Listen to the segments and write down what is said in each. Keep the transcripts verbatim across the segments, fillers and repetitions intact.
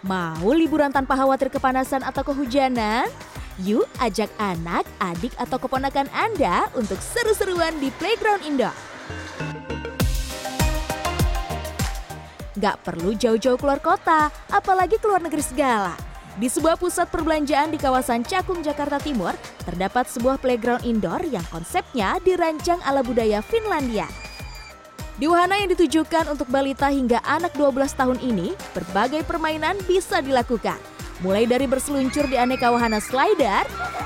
Mau liburan tanpa khawatir kepanasan atau kehujanan? Yuk ajak anak, adik atau keponakan Anda untuk seru-seruan di playground indoor. Gak perlu jauh-jauh keluar kota, apalagi keluar negeri segala. Di sebuah pusat perbelanjaan di kawasan Cakung, Jakarta Timur, terdapat sebuah playground indoor yang konsepnya dirancang ala budaya Finlandia. Di wahana yang ditujukan untuk balita hingga anak dua belas tahun ini, berbagai permainan bisa dilakukan. Mulai dari berseluncur di aneka wahana slider,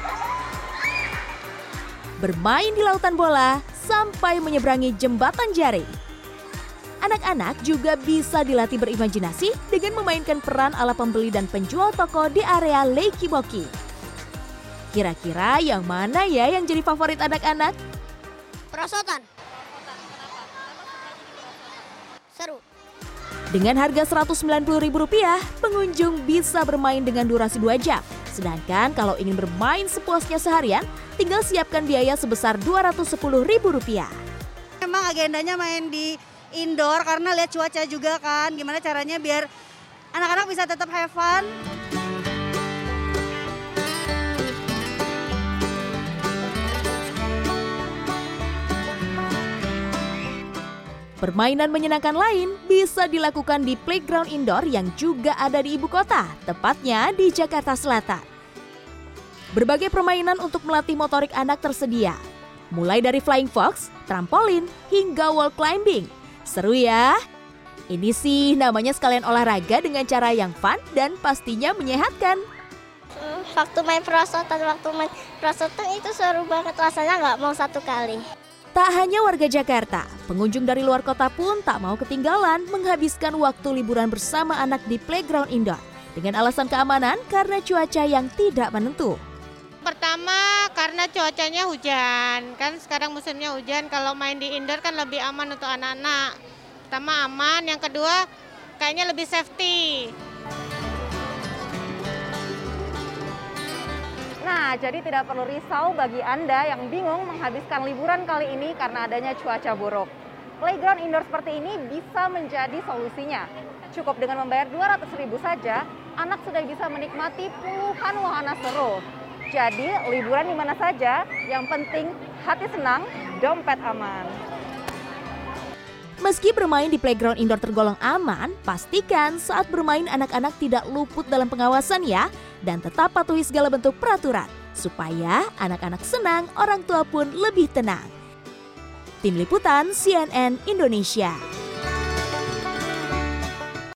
bermain di lautan bola, sampai menyeberangi jembatan jaring. Anak-anak juga bisa dilatih berimajinasi dengan memainkan peran ala pembeli dan penjual toko di area Leikkiboki. Kira-kira yang mana ya yang jadi favorit anak-anak? Perosotan. Seru. Dengan harga seratus sembilan puluh ribu rupiah, pengunjung bisa bermain dengan durasi dua jam. Sedangkan kalau ingin bermain sepuasnya seharian, tinggal siapkan biaya sebesar dua ratus sepuluh ribu rupiah. Memang agendanya main di indoor karena lihat cuaca juga kan, gimana caranya biar anak-anak bisa tetap have fun. Permainan menyenangkan lain bisa dilakukan di playground indoor yang juga ada di ibu kota, tepatnya di Jakarta Selatan. Berbagai permainan untuk melatih motorik anak tersedia, mulai dari flying fox, trampolin, hingga wall climbing. Seru ya? Ini sih namanya sekalian olahraga dengan cara yang fun dan pastinya menyehatkan. Waktu main perosotan, waktu main perosotan itu seru banget, rasanya nggak mau satu kali. Tak hanya warga Jakarta, pengunjung dari luar kota pun tak mau ketinggalan menghabiskan waktu liburan bersama anak di playground indoor dengan alasan keamanan karena cuaca yang tidak menentu. Pertama karena cuacanya hujan, kan sekarang musimnya hujan, kalau main di indoor kan lebih aman untuk anak-anak. Pertama aman, yang kedua kayaknya lebih safety. Nah, jadi tidak perlu risau bagi Anda yang bingung menghabiskan liburan kali ini karena adanya cuaca buruk. Playground indoor seperti ini bisa menjadi solusinya. Cukup dengan membayar dua ratus ribu saja, anak sudah bisa menikmati puluhan wahana seru. Jadi, liburan di mana saja, yang penting hati senang, dompet aman. Meski bermain di playground indoor tergolong aman, pastikan saat bermain anak-anak tidak luput dalam pengawasan ya, dan tetap patuhi segala bentuk peraturan, supaya anak-anak senang, orang tua pun lebih tenang. Tim Liputan C N N Indonesia.